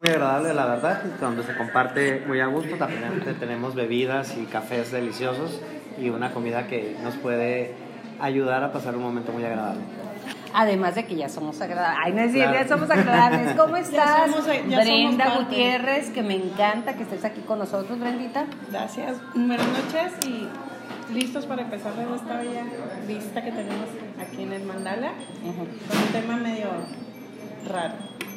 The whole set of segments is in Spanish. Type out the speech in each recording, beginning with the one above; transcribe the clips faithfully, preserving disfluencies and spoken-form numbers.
Muy agradable, la verdad, donde se comparte muy a gusto. También tenemos bebidas y cafés deliciosos y una comida que nos puede ayudar a pasar un momento muy agradable. Además de que ya somos agradables. Ay, no es decir, Claro. ya somos agradables. ¿Cómo estás? Ya somos- ya Brenda somos parte. Gutiérrez, que me encanta que estés aquí con nosotros, Brendita. Gracias. Buenas noches y listos para empezar en esta bella vista que tenemos aquí en el Mandala, Uh-huh. con un tema medio raro.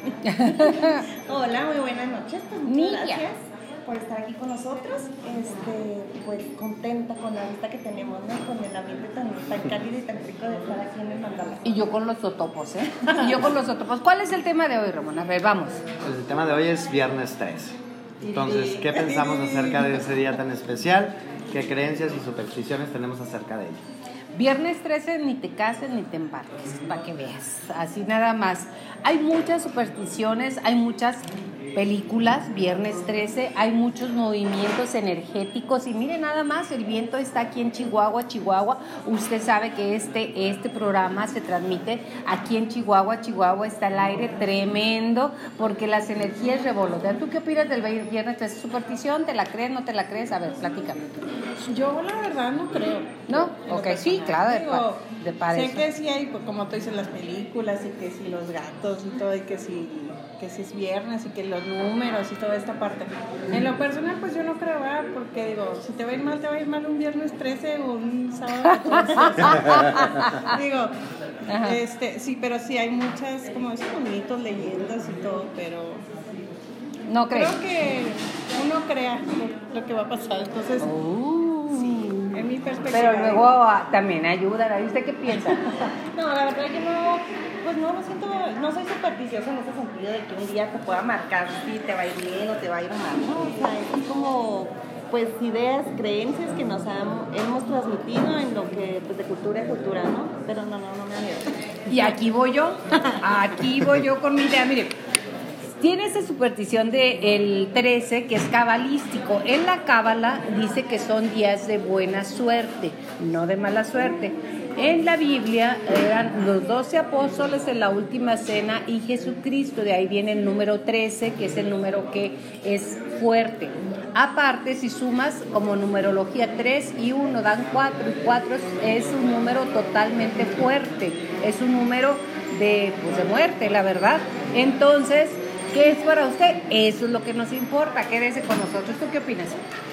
Hola, muy buenas noches. Pues muchas Niña. gracias por estar aquí con nosotros. Este, pues contenta con la vista que tenemos, ¿no? Con el ambiente tan, tan cálido y tan rico de estar aquí en el Mandala. Y yo con los totopos, ¿eh? Y yo con los totopos. ¿Cuál es el tema de hoy, Ramón? A ver, vamos. Pues el tema de hoy es viernes trece. Entonces, ¿qué pensamos acerca de ese día tan especial? ¿Qué creencias y supersticiones tenemos acerca de ello? Viernes trece, ni te cases ni te embarques, para que veas, así nada más. Hay muchas supersticiones, hay muchas películas, Viernes trece, hay muchos movimientos energéticos y mire nada más, el viento está aquí en Chihuahua, Chihuahua. Usted sabe que este, este programa se transmite aquí en Chihuahua, Chihuahua, está el aire tremendo porque las energías revolotean. ¿Tú qué opinas del Viernes trece? ¿Superstición? ¿Te la crees, no te la crees? A ver, platícame. Yo la verdad no creo. ¿No? En lo Ok, sí, personal. claro, de, Digo, pa- de padre. sé que sí hay, pues, como tú dices, las películas y que si los gatos y todo, y que si, que si es viernes y que los números y toda esta parte. En lo personal, pues yo no creo, ¿verdad? Porque digo, si te va a ir mal, te va a ir mal un viernes trece o un sábado catorce. Digo, Ajá. este, sí, pero sí hay muchas, como esos bonitos, leyendas y todo, pero ¿No crees? creo que uno crea lo, lo que va a pasar. Entonces, Uh. sí, en mi perspectiva. Pero luego ah, también ayuda. ¿Y usted qué piensa? No, la verdad yo no, pues no, no siento, no soy supersticiosa en ese sentido de que un día te pueda marcar si te va a ir bien o te va a ir mal, ¿no? O sea, es como, pues, ideas, creencias que nos han, hemos transmitido en lo que, pues, de cultura a cultura, ¿no? Pero no, no, no me da miedo. Y aquí voy yo, aquí voy yo con mi idea. Mire, tiene esa superstición del trece que es cabalístico. En la cábala dice que son días de buena suerte, no de mala suerte. En la Biblia eran los doce apóstoles en la última cena y Jesucristo. De ahí viene el número trece, que es el número que es fuerte. Aparte, si sumas como numerología tres y uno dan cuatro, y cuatro es, es un número totalmente fuerte, es un número de, pues, de muerte, la verdad. Entonces, ¿qué es para usted? Eso es lo que nos importa, quédese con nosotros. ¿Tú qué opinas?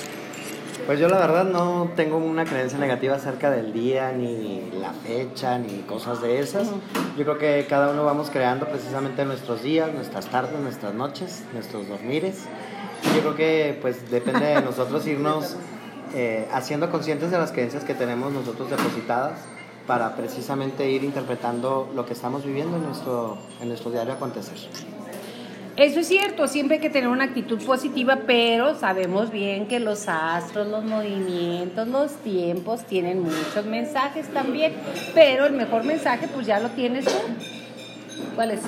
Pues yo la verdad no tengo una creencia negativa acerca del día, ni la fecha, ni cosas de esas. Yo creo que cada uno vamos creando precisamente nuestros días, nuestras tardes, nuestras noches, nuestros dormires. Yo creo que pues depende de nosotros irnos eh, haciendo conscientes de las creencias que tenemos nosotros depositadas para precisamente ir interpretando lo que estamos viviendo en nuestro, en nuestro diario acontecer. Eso es cierto, siempre hay que tener una actitud positiva, pero sabemos bien que los astros, los movimientos, los tiempos tienen muchos mensajes también, pero el mejor mensaje pues ya lo tienes tú. ¿Cuál es?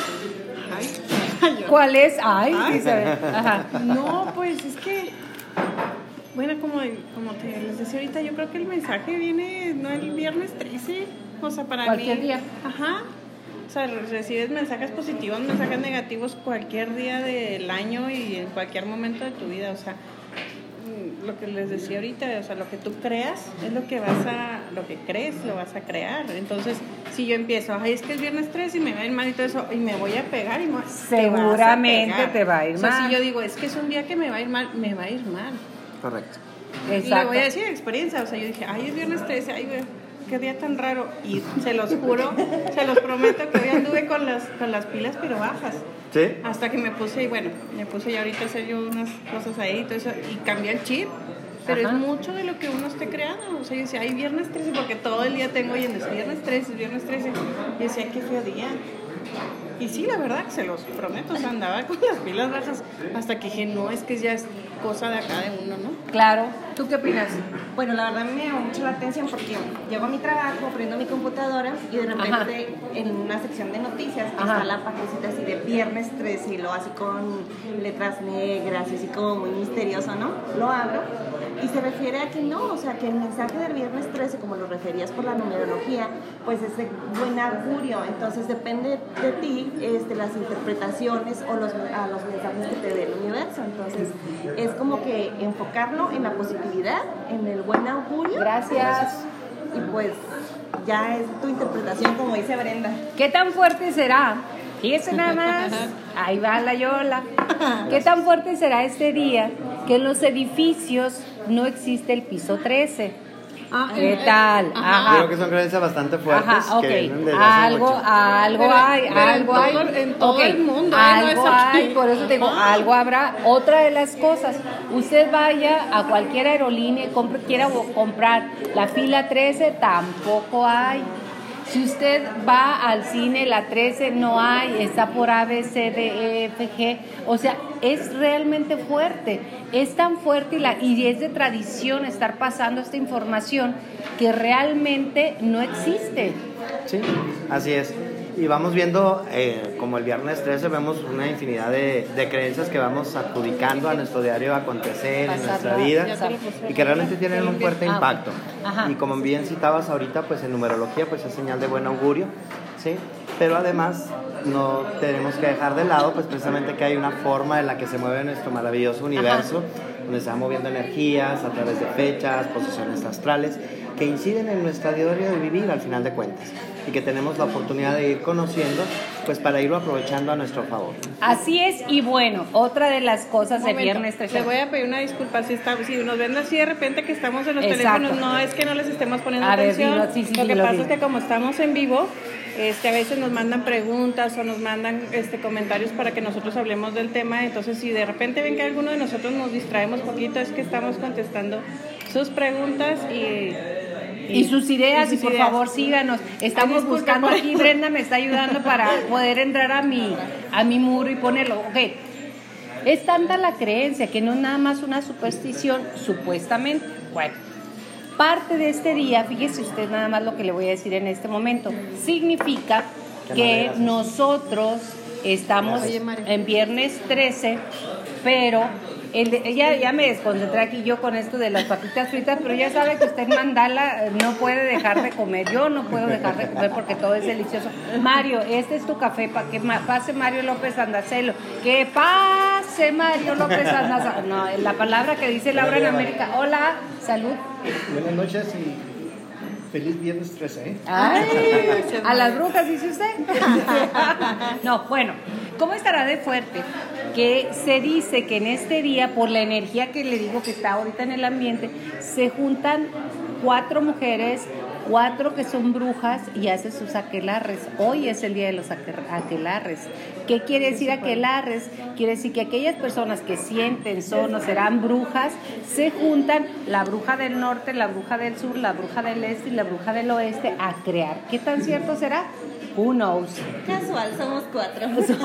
Ay, yo- ¿Cuál es? Ay, Ay. sí, sabe. Ajá. No, pues es que, bueno, como, como te les decía ahorita, yo creo que el mensaje viene, no el viernes trece, o sea, para Cualquier mí. día. Ajá. O sea, recibes mensajes positivos, mensajes negativos cualquier día del año y en cualquier momento de tu vida, o sea, mm, lo que les decía ahorita, o sea, lo que tú creas es lo que vas a, lo que crees lo vas a crear. Entonces, si yo empiezo, ay, es que es viernes trece y me va a ir mal y todo eso, y me voy a pegar y me, Seguramente te vas a pegar. te va a ir O sea, mal. si yo digo, es que es un día que me va a ir mal, me va a ir mal. Correcto. Y le Exacto. voy a decir experiencia, o sea, yo dije, ay, es viernes trece, ay, güey, qué día tan raro. Y se los juro, se los prometo que hoy anduve con las, con las pilas pero bajas. ¿Sí? Hasta que me puse, y bueno, me puse ya ahorita a hacer yo unas cosas ahí y todo eso, y cambié el chip. Pero Ajá. es mucho de lo que uno esté creando. O sea, yo decía, ay, viernes trece, porque todo el día tengo oyendo, es viernes trece, es viernes trece. Y decía, qué feo día. Y sí, la verdad, que se los prometo, o sea, andaba con las pilas bajas hasta que dije, no, es que ya es cosa de acá de uno, ¿no? Claro. ¿Tú qué opinas? Bueno, la verdad me llamó mucho la atención porque llego a mi trabajo, prendo mi computadora y de repente Ajá. en una sección de noticias Ajá. está la página así de viernes trece y lo así con letras negras y así como muy misterioso, ¿no? Lo abro y se refiere a que no, o sea, que el mensaje del viernes trece, como lo referías por la numerología, pues es de buen augurio, entonces depende de ti este, las interpretaciones o los, a los mensajes universo. Entonces, es como que enfocarlo en la positividad, en el buen augurio. Gracias. Y pues ya es tu interpretación, como dice Brenda. ¿Qué tan fuerte será? Fíjese nada más, ahí va la Yola. ¿Qué tan fuerte será este día que en los edificios no existe el piso trece? Ah, ¿Qué eh, tal? ajá. Ajá. Creo que son creencias bastante fuertes. Ajá, ok. Que vienen desde hace Algo, mucho. algo Pero- hay, pero en algo hay. todo- en todo Ok, el mundo, ¿eh? No algo es aquí. hay, por eso te digo, algo habrá. Otra de las cosas, usted vaya a cualquier aerolínea y compre, quiera bo- comprar la fila trece, tampoco hay. Si usted va al cine, la trece no hay, está por A, B, C, D, E, F, G. O sea, es realmente fuerte. Es tan fuerte y, la, y es de tradición estar pasando esta información que realmente no existe. Sí, así es. Y vamos viendo, eh, como el viernes trece, vemos una infinidad de, de creencias que vamos adjudicando a nuestro diario acontecer en Pasarla, nuestra vida ya te lo puse. y que realmente tienen un fuerte Ah, impacto. ajá. Y como bien citabas ahorita, pues en numerología pues es señal de buen augurio, ¿sí? Pero además no tenemos que dejar de lado pues precisamente que hay una forma en la que se mueve nuestro maravilloso universo, donde se van moviendo energías a través de fechas, posiciones astrales, que inciden en nuestra diario de vivir al final de cuentas y que tenemos la oportunidad de ir conociendo pues para irlo aprovechando a nuestro favor. Así es, y bueno, otra de las cosas de Momento, viernes trece. Le voy a pedir una disculpa si, está, si nos ven así de repente que estamos en los Exacto. teléfonos, no es que no les estemos poniendo A ver, atención. dilo, sí, sí, Lo que dilo, pasa dilo. es que como estamos en vivo, este, a veces nos mandan preguntas o nos mandan este, comentarios para que nosotros hablemos del tema. Entonces, si de repente ven que alguno de nosotros nos distraemos poquito, es que estamos contestando sus preguntas y... Y sus ideas, y y, sus por ideas. favor síganos. Estamos Ay, disculpa buscando por- aquí, Brenda me está ayudando para poder entrar a mi, a mi muro y ponerlo. Ok, es tanta la creencia que no es nada más una superstición, supuestamente. Bueno, parte de este día, fíjese usted nada más lo que le voy a decir en este momento, significa Qué que maneras. nosotros estamos Oye, Mario. en viernes trece, pero el de- ya, ya me desconcentré aquí yo con esto de las papitas fritas, pero ya sabe que usted en Mandala eh, no puede dejar de comer. Yo no puedo dejar de comer porque todo es delicioso. Mario, este es tu café, para que ma- pase Mario López Andacelo. Que pase Mario López Andacelo. No, la palabra que dice Laura en América. Hola, salud. Buenas noches y feliz viernes trece, ¿eh? Ay, a las brujas, dice usted. No, bueno, ¿cómo estará de fuerte? Que se dice que en este día, por la energía que le digo que está ahorita en el ambiente, se juntan cuatro mujeres, cuatro que son brujas y hacen sus aquelarres. Hoy es el día de los aqu- aquelarres. ¿Qué quiere decir aquelarres? Quiere decir que aquellas personas que sienten, son o serán brujas, se juntan, la bruja del norte, la bruja del sur, la bruja del este y la bruja del oeste, a crear. ¿Qué tan cierto será? Who knows? Casual, somos cuatro.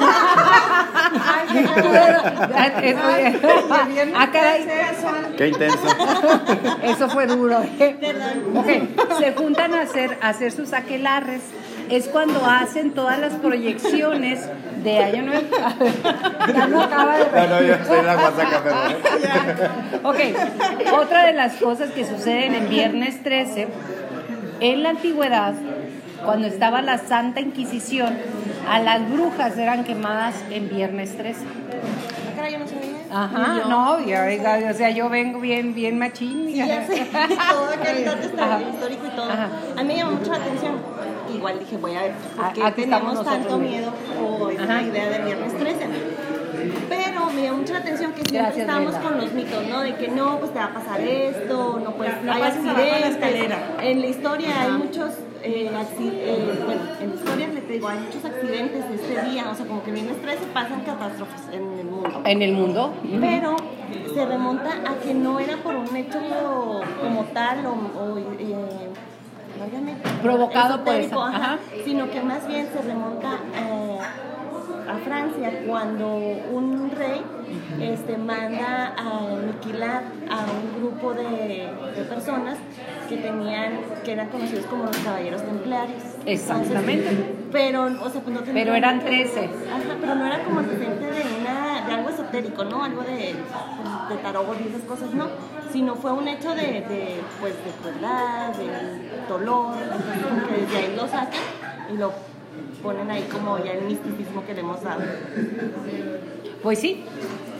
Ah, caray. Qué intenso. Eso fue duro. ¿eh? Perdón. Ok, se juntan a hacer, a hacer sus aquelarres. Es cuando hacen todas las proyecciones de año nuevo. Ya no acaba de... No, no, yo estoy en la guasaca, pero... Ok, otra de las cosas que suceden en viernes trece, en la antigüedad, cuando estaba la Santa Inquisición, a las brujas eran quemadas en viernes trece. Ah, caray, yo no sabía. Ajá, Ni yo. no, ya, oiga, o sea, yo vengo bien, bien machín. Sí, ya sé, todo aquel dato está Ajá. histórico y todo. Ajá. A mí me llamó mucho la atención. Igual dije, voy a ver por A- qué aquí estamos tenemos nosotros tanto mismos. miedo o esta Ajá. idea de viernes trece. Pero me llamó mucho la atención que siempre Gracias, estábamos Brenda. con los mitos, ¿no? De que no, pues te va a pasar esto, no pues No hay pases abajo de la accidentes. escalera. En la historia hay muchos, eh, acci- eh, bueno, en la historia le digo, hay muchos accidentes este día, o sea, como que viernes trece pasan catástrofes en el mundo. En el mundo. Pero se remonta a que no era por un hecho como tal o, o, eh, válgame, Provocado por esotérico, eso, ajá, ajá. sino que más bien se remonta eh, a Francia cuando un rey este, manda a aniquilar a un grupo de, de personas que tenían, que eran conocidos como los caballeros templarios. Exactamente. Entonces, pero, o sea, pues no tenían- Pero eran trece. Ajá, pero no era como antecedente de, una, de algo esotérico, ¿no? Algo de, pues, de tarot y esas cosas, no. Sino fue un hecho de, de pues, de crueldad, de dolor. Entonces, como que desde ahí lo sacan y lo ponen ahí como ya el misticismo que le hemos dado. Pues sí.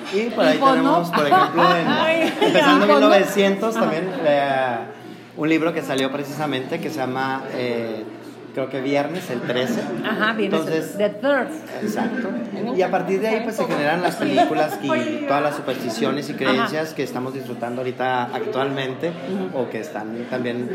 Y por ahí Y pues, tenemos, ¿no? por ejemplo, en, Ay, empezando en pues, ¿no? mil novecientos también, eh, un libro que salió precisamente que se llama, eh, creo que Viernes, el trece. Ajá, bien. Entonces, The Third. exacto. Y a partir de ahí pues se generan las películas y todas las supersticiones y creencias Ajá. que estamos disfrutando ahorita actualmente, uh-huh, o que están también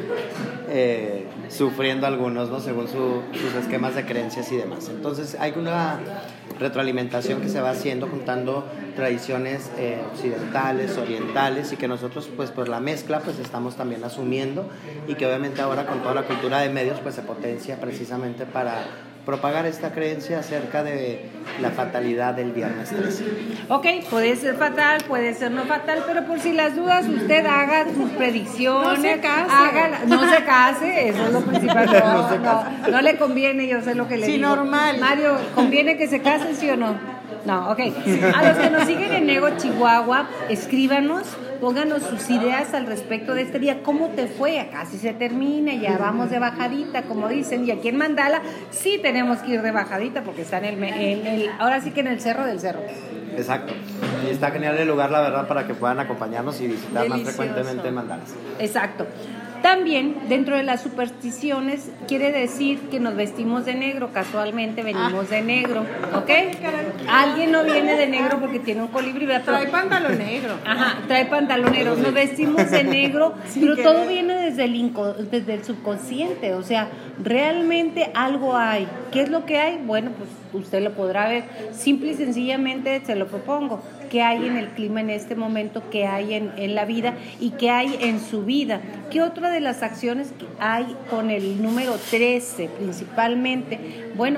eh, sufriendo algunos, ¿no? Según su, sus esquemas de creencias y demás. Entonces hay una retroalimentación que se va haciendo juntando tradiciones eh, occidentales, orientales, y que nosotros pues por la mezcla pues estamos también asumiendo, y que obviamente ahora con toda la cultura de medios pues se potencia precisamente para propagar esta creencia acerca de la fatalidad del viernes trece. Ok, puede ser fatal, puede ser no fatal, pero por si las dudas usted haga sus predicciones. No se case. Hágala, no se case, eso es lo principal. No, No se no, no le conviene, yo sé lo que le Sí, digo. normal. Mario, ¿conviene que se case, sí o no? No, ok. A los que nos siguen en Nego Chihuahua, escríbanos, pónganos sus ideas al respecto de este día. ¿Cómo te fue? Acá sí se termina, ya vamos de bajadita, como dicen. Y aquí en Mandala sí tenemos que ir de bajadita porque está en el, en el ahora sí que en el cerro del cerro. Exacto. Y está genial el lugar, la verdad, para que puedan acompañarnos y visitar Delicioso. más frecuentemente Mandalas. Exacto. También dentro de las supersticiones quiere decir que nos vestimos de negro, casualmente venimos de negro, ¿ok? Alguien no viene de negro porque tiene un colibrí, ¿verdad? Trae pantalón negro. Ajá, trae pantalón negro, nos vestimos de negro, pero querer. todo viene desde el, inco- desde el subconsciente, o sea, realmente algo hay. ¿Qué es lo que hay? Bueno, pues usted lo podrá ver, simple y sencillamente se lo propongo. ¿Qué hay en el clima en este momento? ¿Qué hay en, en la vida? ¿Y qué hay en su vida? ¿Qué otra de las acciones que hay con el número trece principalmente? Bueno,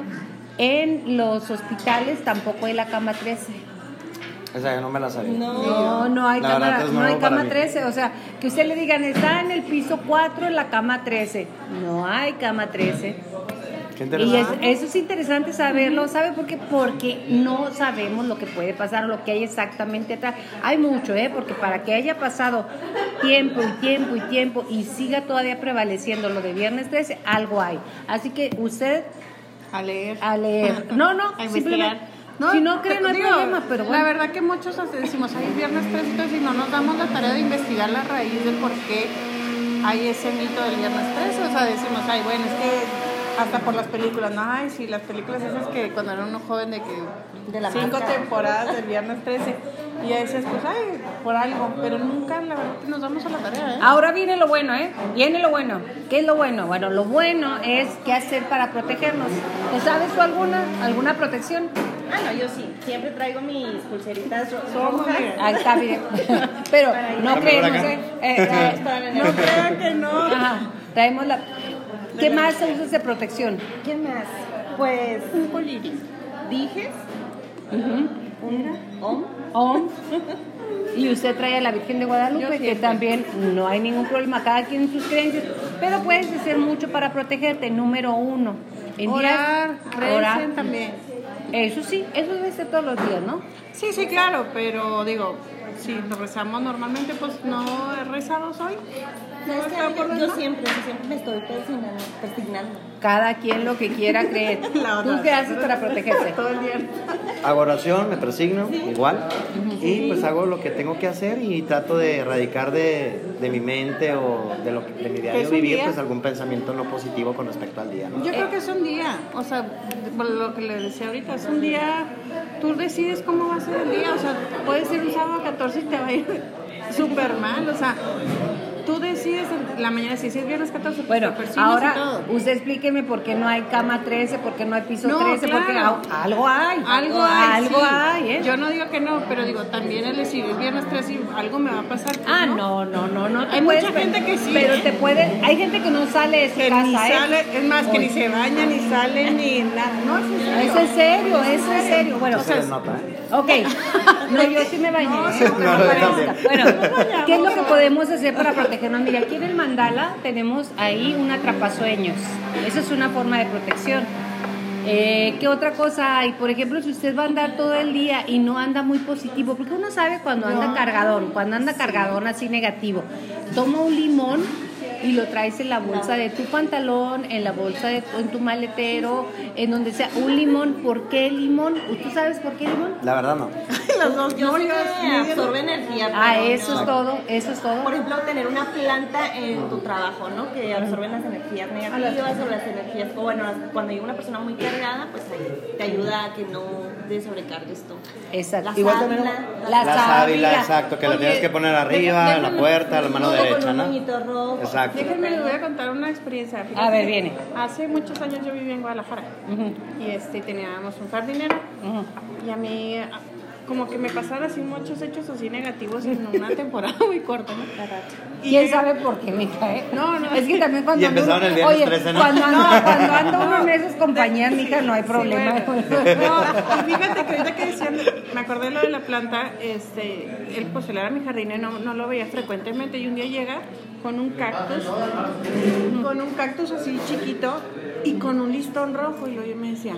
en los hospitales tampoco hay la cama trece. Esa yo no me la sabía. No, no hay La cama, verdad es no hay nuevo para cama mí. trece, o sea, que usted le digan, está en el piso cuatro en la cama trece. No hay cama trece. Qué Y interesante. es- eso es interesante saberlo, ¿sabe por qué? Porque no sabemos lo que puede pasar, lo que hay exactamente atrás. Hay mucho, ¿eh? Porque para que haya pasado tiempo y tiempo y tiempo y siga todavía prevaleciendo lo de viernes trece, algo hay. Así que usted A leer. a leer. No, no, A simplemente. investigar. Si no cree, no hay digo, problema, pero La bueno. verdad que muchos hasta decimos, ay, viernes trece, entonces, y no nos damos la tarea de investigar la raíz del por qué hay ese mito del viernes trece. O sea, decimos, ay, bueno, es que hasta por las películas, no, ay, sí, las películas esas que cuando era uno joven de que De la cinco marca. temporadas del viernes trece, y ya decías, pues, ay, por algo, pero nunca, la verdad, que nos damos a la tarea, ¿eh? Ahora viene lo bueno, ¿eh? Viene lo bueno. ¿Qué es lo bueno? Bueno, lo bueno es qué hacer para protegernos. ¿Te sabes tú alguna, alguna protección? Ah, no, yo sí. Siempre traigo mis pulseritas ro- ¿Cómo, rojas. amiga? Ah, está bien. Pero no Dame creemos, por acá. ¿eh? Eh, eh, Para la No crean que no. ajá, traemos la... ¿Qué más usas de protección? ¿Qué más? Pues Un colibrí. dijes, un om. Om. Y usted trae a la Virgen de Yo Guadalupe, que siempre. también no hay ningún problema, cada quien en sus creencias, pero puedes hacer mucho para protegerte. Número uno, en Orar, días, orar. recen también. Eso sí, eso debe ser todos los días, ¿no? Sí, sí, claro, pero digo, si lo rezamos normalmente, pues no he rezado hoy. ¿Sabes No qué, está amiga? por Yo demás. siempre, yo siempre me estoy persignando. persignando. Cada quien lo que quiera creer. La ¿Tú otra. qué haces para protegerte? Todo el día. Hago oración, me persigno, igual. Y pues hago lo que tengo que hacer y trato de erradicar de, de mi mente o de, lo que, de mi diario es un vivir día? pues algún pensamiento no positivo con respecto al día, ¿no? Yo creo que es un día, o sea, por lo que le decía ahorita, es un día, tú decides cómo va a ser el día, o sea, puede ser un sábado catorce y te va a ir súper mal, o sea, tú decides en la mañana, si es viernes catorce, pues Bueno, te persignas y ahora todo. usted explíqueme por qué no hay cama trece, por qué no hay piso No, trece, porque claro. al- algo hay. Algo hay, Algo sí. hay, ¿eh? Yo no digo que no, pero digo, también el decir, es viernes trece y algo me va a pasar. pues, Ah, no, no, no, no te Hay puedes, mucha gente que sí, pero ¿eh? te puede, hay gente que no sale de su Que casa, ni ¿eh? sale, es más, que ni Oye, se baña, ni sale, ni nada. No, eso es serio. Eso es serio, eso es serio. Bueno, No se les nota, ¿eh? ok. No, yo sí me bañé. No, ¿eh? sí, Aunque no, no yo parezca. también. Bueno, ¿qué es lo que podemos hacer para protegernos? Mira, aquí en el mandala tenemos ahí un atrapasueños. Esa es una forma de protección. Eh, ¿Qué otra cosa hay? Por ejemplo, si usted va a andar todo el día y no anda muy positivo, porque uno sabe cuando anda cargadón, cuando anda cargadón así negativo, toma un limón y lo traes en la bolsa de tu pantalón, en la bolsa de en tu maletero, en donde sea. Un limón, ¿por qué limón? ¿Tú sabes por qué limón? La verdad no. Los dos Yo sé novios. que absorbe energía. Ah, pero eso no. es todo, eso es todo. Por ejemplo, tener una planta en tu trabajo, ¿no? Que absorben las energías negativas o las energías, o bueno, cuando hay una persona muy cargada, pues ahí te ayuda a que no te sobrecargues tú. Exacto. La Igual también sábila, la la sábila. sábila, exacto, que la Oye, tienes que poner arriba, en la déjame- puerta, la mano todo derecha, con un ¿no? moñito rojo. Exacto. Déjenme les voy a contar una experiencia. Fíjense, A ver, viene. Hace muchos años yo vivía en Guadalajara Ujú, y este teníamos un jardinero ujú. y a mí ah, como que me pasaron así muchos hechos así negativos en una temporada muy corta, ¿no? Y ¿Quién yo- sabe por qué, mija? ¿Eh? No, no. Es que también cuando Y empezaron ando- el viernes oye, trece, ¿no? Cuando ando, cuando ando uno en esas compañías, mija, no hay Sí, problema. bueno. No, y fíjate que ahorita que decían, me acordé de lo de la planta, este, él pues él era mi jardinero, no, no lo veía frecuentemente y un día llega con un cactus, con un cactus así chiquito y con un listón rojo y luego yo me decía,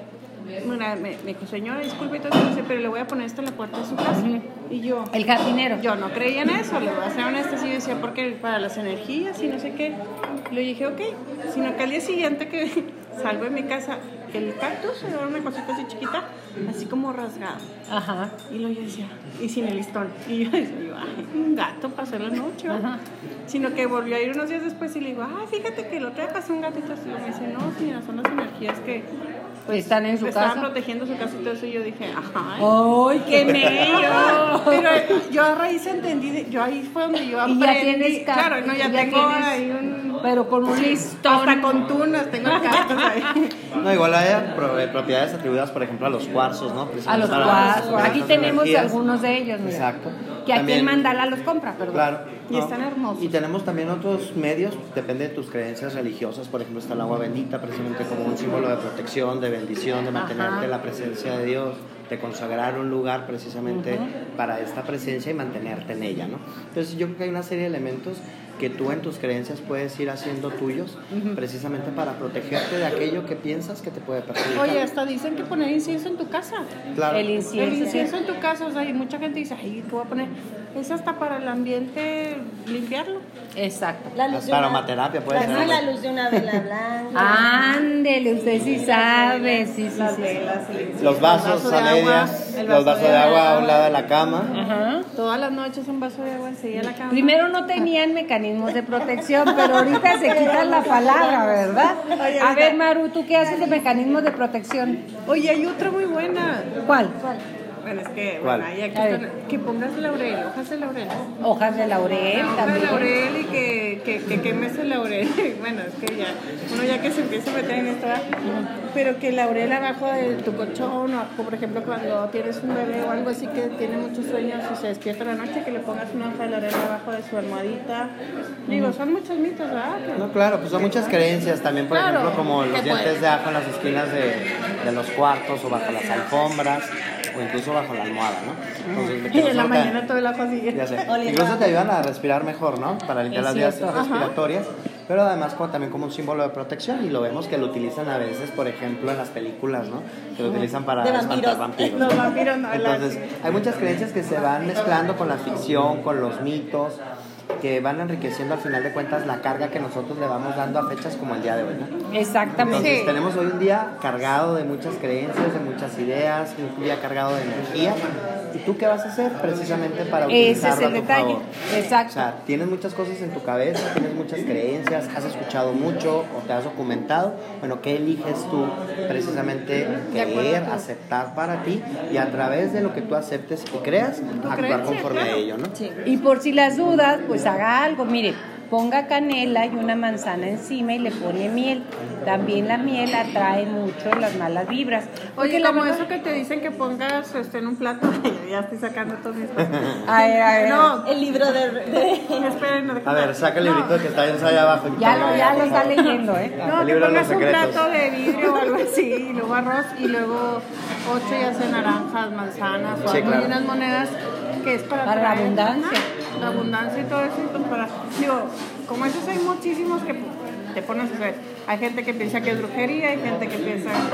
mira, me, me dijo, señora, disculpe, y todo eso, dice, pero le voy a poner esto en la puerta de su casa. Y yo, El jardinero. yo no creía en eso, le voy a ser honesta, sí, yo decía, porque para las energías y no sé qué. Le dije, ok, sino que al día siguiente que salgo de mi casa, el cactus era una cosita así chiquita, así como rasgado. Ajá. Y luego yo decía, y sin el listón. Y yo decía, yo, ay, un gato pasó la noche. ¿va?". Ajá. Sino que volvió a ir unos días después y le digo, ah, fíjate que el otro día pasó un gatito así. Y me dice, no, señora, son las energías que Pues están en su estaban casa. protegiendo su casa y todo eso. Y yo dije, ay. ¡Ay, qué mello! Pero yo a raíz entendí, de- yo ahí fue donde yo Y aprendí. ya tienes ca- claro, no, ya, ya tengo tienes- ahí un... Pero con un listón. Hasta con tunas tengo cartas ahí. No, igual hay pro- eh, propiedades atribuidas, por ejemplo, a los cuarzos, ¿no? A Precisamente los para- cuadros. para Aquí esas tenemos energías. algunos de ellos, mira. Exacto. Que aquí También- en Mandala los compra, perdón. Claro. Y están hermosos. Y tenemos también otros medios, depende de tus creencias religiosas. Por ejemplo, está el agua bendita, precisamente como un símbolo de protección, de bendición, de mantenerte Ajá. en la presencia de Dios, de consagrar un lugar precisamente para esta presencia y mantenerte en ella, ¿no? Entonces yo creo que hay una serie de elementos que tú en tus creencias puedes ir haciendo tuyos, precisamente para protegerte de aquello que piensas que te puede perjudicar. Oye, hasta dicen que poner incienso en tu casa. claro. El El incienso. incienso en tu casa, o sea, y mucha gente dice, ay, ¿qué voy a poner? Es hasta para el ambiente limpiarlo. Exacto. La luz de La una- aromaterapia puede la, ser. sí, la luz de una vela blanca. Ándele, usted sí sabe. Sí, sí, Las sí. velas, el Los vasos vaso de a agua, medias, el los vasos de agua a un lado de la cama. Ajá. Todas las noches un vaso de agua enseguida a la cama. Primero no tenían mecanismos de protección, pero ahorita se quitan la palabra, ¿verdad? A ver, Maru, ¿tú qué haces de mecanismos de protección? Oye, hay otra muy buena. ¿Cuál? Bueno, es que, ¿Cuál? bueno, ahí aquí A ver. están- que pongas laurel, hojas de laurel. Hojas de laurel Hojas de también. laurel y que, que, que quemes el laurel. Bueno, es que ya, uno ya que se empieza a meter en esto, ¿verdad? Pero que el laurel abajo de tu colchón, o por ejemplo cuando tienes un bebé o algo así que tiene muchos sueños y se despierta en la noche, que le pongas una hoja de laurel abajo de su almohadita. Digo, son muchos mitos, ¿verdad? Que- No, claro, pues son muchas creencias también, por Claro, ejemplo, como los que dientes puede. de ajo en las esquinas de, de los cuartos o bajo las alfombras o incluso bajo la almohada, ¿no? Entonces, Y en la no te- mañana todo el ajo así. ya sé. Oliendo Incluso te ajo. ayudan a respirar mejor, ¿no? Para limpiar Es las vías cierto. respiratorias, pero además como- también como un símbolo de protección y lo vemos que lo utilizan a veces, por ejemplo, en las películas, ¿no? Que lo utilizan para De espantar vampiros. vampiros. Los vampiros no, Entonces, las- hay muchas creencias que se van mezclando con la ficción, con los mitos, que van enriqueciendo al final de cuentas la carga que nosotros le vamos dando a fechas como el día de hoy, ¿no? Exactamente. Entonces Sí. tenemos hoy un día cargado de muchas creencias, de muchas ideas, un día cargado de energía. ¿Y tú qué vas a hacer precisamente para Ese es utilizarlo el a tu detalle. favor? Exacto. O sea, tienes muchas cosas en tu cabeza, tienes muchas creencias, has escuchado mucho o te has documentado. Bueno, ¿qué eliges tú precisamente creer, aceptar para ti y a través de lo que tú aceptes y creas, actuar creencia, conforme a claro. ello, ¿no? Sí. Y por si las dudas, pues haga algo. Mire, ponga canela y una manzana encima y le pone miel. También la miel atrae mucho las malas vibras. Porque Oye, la como verdad- eso que te dicen que pongas este, en un plato. Ya estoy sacando todas mis cosas. A ver, a ver. No, El libro de... de- esperen, no A ver, saca el librito que está ahí abajo. Ya lo, ya lo está leyendo, ¿eh? No, El que libro de los pongas un secretos. plato de vidrio o algo así, y luego arroz, y luego ocho ya sea naranjas, manzanas, o Sí, algo, claro. y unas monedas que es para, Para la traer, abundancia. ajá, la abundancia y todo eso, y pues para, digo, como esos hay muchísimos que te pones a ver, hay gente que piensa que es brujería, hay gente que piensa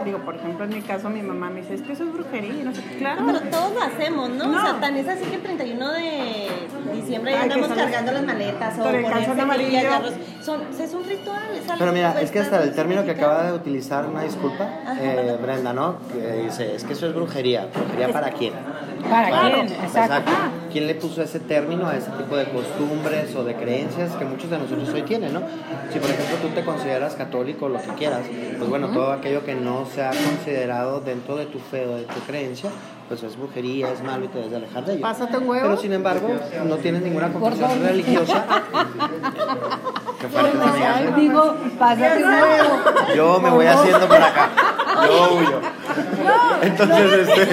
digo, por ejemplo, en mi caso, mi mamá me dice, es que eso es brujería. Y no sé, claro. Pero todos lo hacemos, ¿no? No. O sea, tan es así que el treinta y uno de diciembre ya Ay, que andamos son cargando las maletas o con el ponerse calzón frías amarillo. de arroz. Son, es un ritual, es algo Pero mira, pues, es que hasta está el término que significado. acaba de utilizar, una disculpa, eh, Brenda, ¿no? Que dice, es que eso es brujería. ¿Brujería para quién? ¿Para Claro, quién? Exacto. ¿Quién le puso ese término a ese tipo de costumbres o de creencias que muchos de nosotros hoy tienen, ¿no? Si por ejemplo tú te consideras católico o lo que quieras, pues bueno, todo aquello que no sea considerado dentro de tu fe o de tu creencia, pues es brujería, es malo y te debes de alejar de ello. Pásate un huevo. Pero sin embargo, no tienes ninguna confesión Gordón. religiosa. Qué fuerte, amiga. Ay, digo, pásate un huevo. Yo me voy haciendo por acá. Yo huyo. Entonces, este...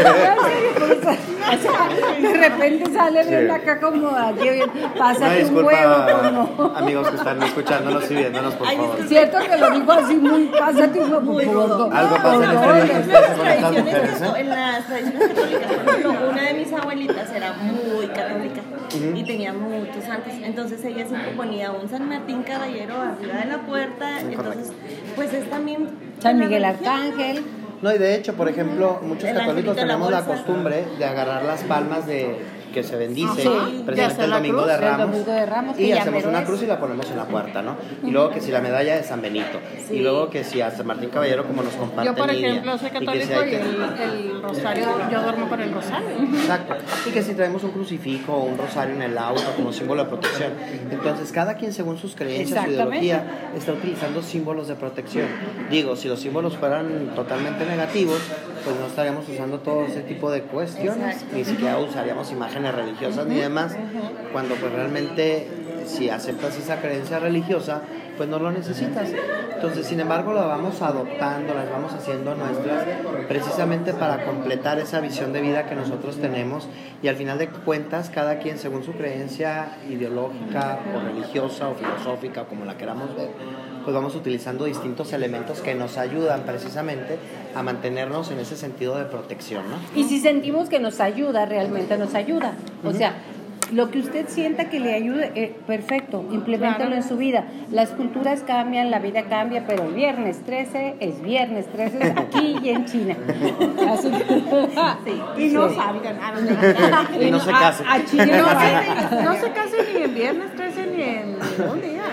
O sea, de repente sale Brenda acá como aquí, Una pásate un huevo, pues no. disculpa, amigos que están escuchándonos y viéndonos, por Ay, favor. disculpe. Cierto que lo dijo así muy, pásate un huevo, Muy por rudo. favor. Algo pasa en este Por día que favor. ustedes con estas tradiciones mujeres, cató- ¿eh? en las tradiciones católicas, por ejemplo, una de mis abuelitas era muy católica y tenía muchos santos, entonces ella siempre ponía un San Martín Caballero arriba de la puerta, entonces pues es también San la Miguel religión. Arcángel. No, y de hecho, por ejemplo, muchos El católicos angelito en la tenemos la bolsa. costumbre de agarrar las palmas de que se bendice, Sí, de precisamente hacer el la domingo cruz, de el Ramos, domingo de Ramos, que y ya hacemos mero una es. cruz y la ponemos en la puerta, ¿no? Y luego que si la medalla de San Benito, y luego que si a San Martín Caballero como nos comparte Yo, por Lidia, ejemplo, soy y que si católico hay y que- el, el rosario, yo duermo con el rosario. Exacto. Y que si traemos un crucifijo o un rosario en el auto como símbolo de protección. Entonces, cada quien según sus creencias, su Exactamente. ideología, está utilizando símbolos de protección. Digo, si los símbolos fueran totalmente negativos, pues no estaríamos usando todo ese tipo de cuestiones, ni siquiera usaríamos imágenes religiosas ni demás, cuando pues realmente si aceptas esa creencia religiosa, pues no lo necesitas. Entonces, sin embargo, la vamos adoptando, las vamos haciendo nuestras, precisamente para completar esa visión de vida que nosotros tenemos, y al final de cuentas, cada quien según su creencia ideológica o religiosa o filosófica, como la queramos ver, pues vamos utilizando distintos elementos que nos ayudan precisamente a mantenernos en ese sentido de protección, ¿no? Y si sentimos que nos ayuda, realmente nos ayuda. O sea, lo que usted sienta que le ayude, eh, perfecto, implementalo Claro. en su vida. Las culturas cambian, la vida cambia, pero el viernes trece es viernes trece aquí y en China. Así que, Y no sí. salgan. Ah, no, Y no se casen. A, a China no no, vayan. se, no se casen ni en viernes trece ni en un día.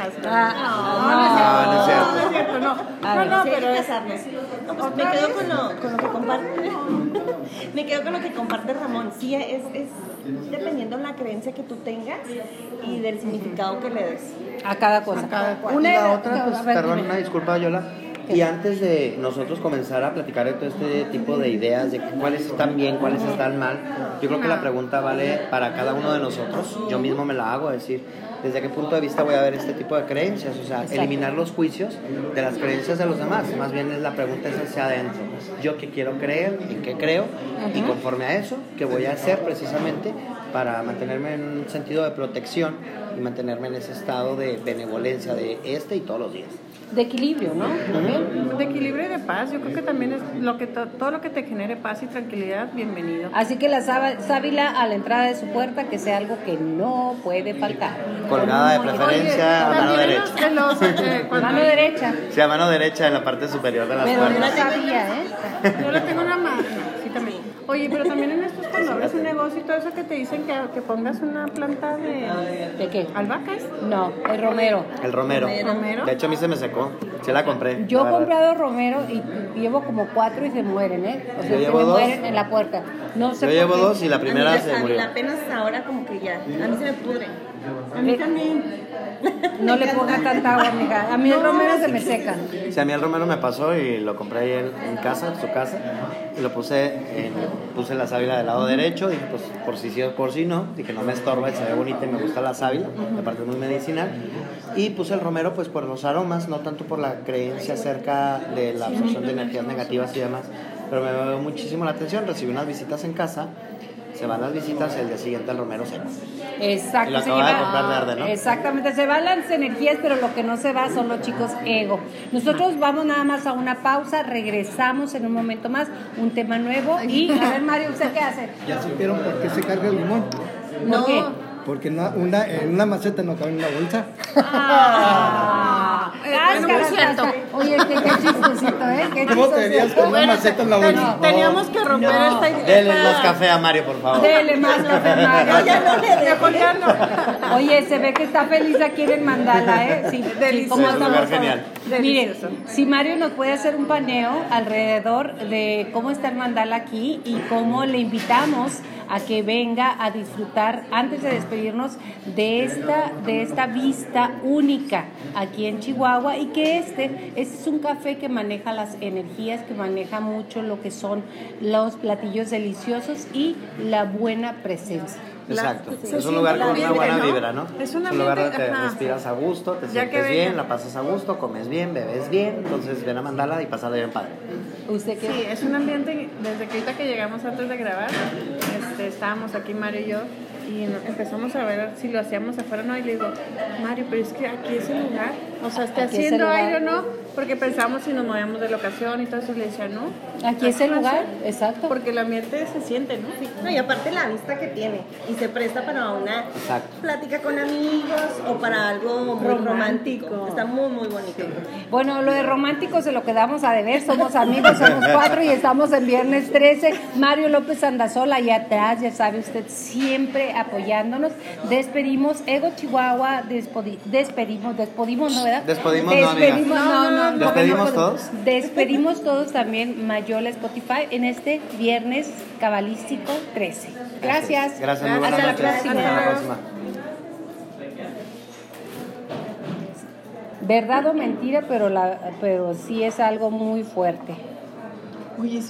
Ah, no, no es cierto. No, no es cierto, no. A No, ver, no, Sí, hay que pero es- casarnos. No, pues me quedo con lo, con lo que comparte. Me quedo con lo que comparte Ramón. Sí, es, es dependiendo de la creencia que tú tengas y del significado que le des. a cada cosa. A cada cual. Una Y la de- otra, pues, a ver, perdón, dime. una disculpa, Yola. Y antes de nosotros comenzar a platicar de todo este tipo de ideas, de que cuáles están bien, cuáles están mal, yo creo que la pregunta vale para cada uno de nosotros. Yo mismo me la hago, es decir, ¿desde qué punto de vista voy a ver este tipo de creencias? O sea, Exacto. eliminar los juicios de las creencias de los demás. Más bien es la pregunta es hacia adentro. Yo qué quiero creer, en qué creo, y conforme a eso, ¿qué voy a hacer precisamente para mantenerme en un sentido de protección y mantenerme en ese estado de benevolencia de este y todos los días? De equilibrio, ¿no? También. de equilibrio y de paz. Yo creo que también es lo que to- todo lo que te genere paz y tranquilidad, bienvenido. Así que la sába- sábila a la entrada de su puerta, que sea algo que no puede faltar. Colgada de Muy- preferencia a mano también en derecha. los- en los, eh, cuando- Mano derecha. Sí, a mano derecha en la parte superior de las Pero no puertas. sabía, ¿eh? Yo le tengo una mano. Sí, también. Oye, pero también en estos cuando abres un negocio y todo eso que te dicen que, que pongas una planta de ¿De qué? albahacas, No, el romero. El romero. romero. De hecho, a mí se me secó. Sí la compré. Yo he la verdad. comprado romero y llevo como cuatro y se mueren, ¿eh? O sea, Yo se llevo me dos. mueren en la puerta. No sé Yo por llevo qué. dos y la A mí primera la- se a mí murió. apenas ahora como que ya, a mí se me pudre. A mí también. No le ponga tanta agua, amiga. A mí el romero se me seca. Sí, a mí el romero me pasó y lo compré ahí en, en casa, en su casa, y lo puse en, puse la sábila del lado derecho, dije pues por si sí o por si no, dije no me estorba y se ve bonita y me gusta la sábila, aparte es muy medicinal, y puse el romero pues por los aromas, no tanto por la creencia acerca de la absorción de energías negativas y demás, pero me llamó muchísimo la atención, recibí unas visitas en casa, se van las visitas y el día siguiente el romero seco. Exacto. Y lo se acaba de lleva- comprar verde, ¿no? Exactamente, se van las energías, pero lo que no se va son los chicos ego. Nosotros vamos nada más a una pausa, regresamos en un momento más, un tema nuevo. Y, a ver, Mario, ¿usted qué hace? ¿Ya supieron por qué se carga el limón? ¿Por qué? Porque no- una, en una maceta no cabe en una bolsa. Ah, Eh, bueno, muy cáscaras, cierto. cáscaras. Oye, qué, qué chistosito, ¿eh? Qué ¿Cómo te verías con una maceta en la Ten- boca? teníamos que romper No. esta Denle esta- más café a Mario, por favor. Dele más café, Mario. No, ya no le dejo, ya no. Oye, se ve que está feliz aquí en el mandala, ¿eh? Sí, Delicioso. ¿cómo Es un estamos? lugar genial. Miren, Delicioso. si Mario nos puede hacer un paneo alrededor de cómo está el mandala aquí y cómo le invitamos a que venga a disfrutar antes de despedirnos de esta, de esta vista única aquí en Chihuahua, y que este, este es un café que maneja las energías, que maneja mucho lo que son los platillos deliciosos y la buena presencia. Exacto. Se Es un lugar siente con el una buena ambiente, ¿no? vibra, ¿no? Es un lugar donde ambiente, te ajá. respiras a gusto, te Ya que sientes venga. bien, la pasas a gusto, comes bien, bebes bien, entonces ven a Mandala y pasarla bien padre. ¿Usted qué? Sí, es un ambiente, desde que ahorita que llegamos antes de grabar, este, estábamos aquí Mario y yo, y no- empezamos a ver si lo hacíamos afuera, ¿no? Y le digo, Mario, pero es que aquí es el lugar, o sea, está Aquí es el haciendo lugar. aire o no, porque pensamos si nos movíamos de locación y todo eso, y le decía, no. Aquí es el va a lugar, ser, exacto. Porque el ambiente se siente, ¿no? No, y aparte la vista que tiene, y se presta para una Exacto. plática con amigos o para algo muy romántico. Romántico. Está muy, muy bonito. Bueno, lo de romántico se lo quedamos a deber, somos amigos, somos cuatro y estamos en viernes trece. Mario López Andazola allá atrás, ya sabe usted, siempre apoyándonos. Despedimos Ego Chihuahua, despodi- despedimos, despedimos, ¿no, verdad? Despedimos, no, amiga. Despedimos, no, no, no. ¿Despedimos no, todos? Despedimos todos también Mayola Spotify en este viernes cabalístico trece. Gracias. Gracias, muy buenas Hasta la noches. próxima. Hasta la próxima. Verdad o mentira, pero, la, pero sí es algo muy fuerte. Oye,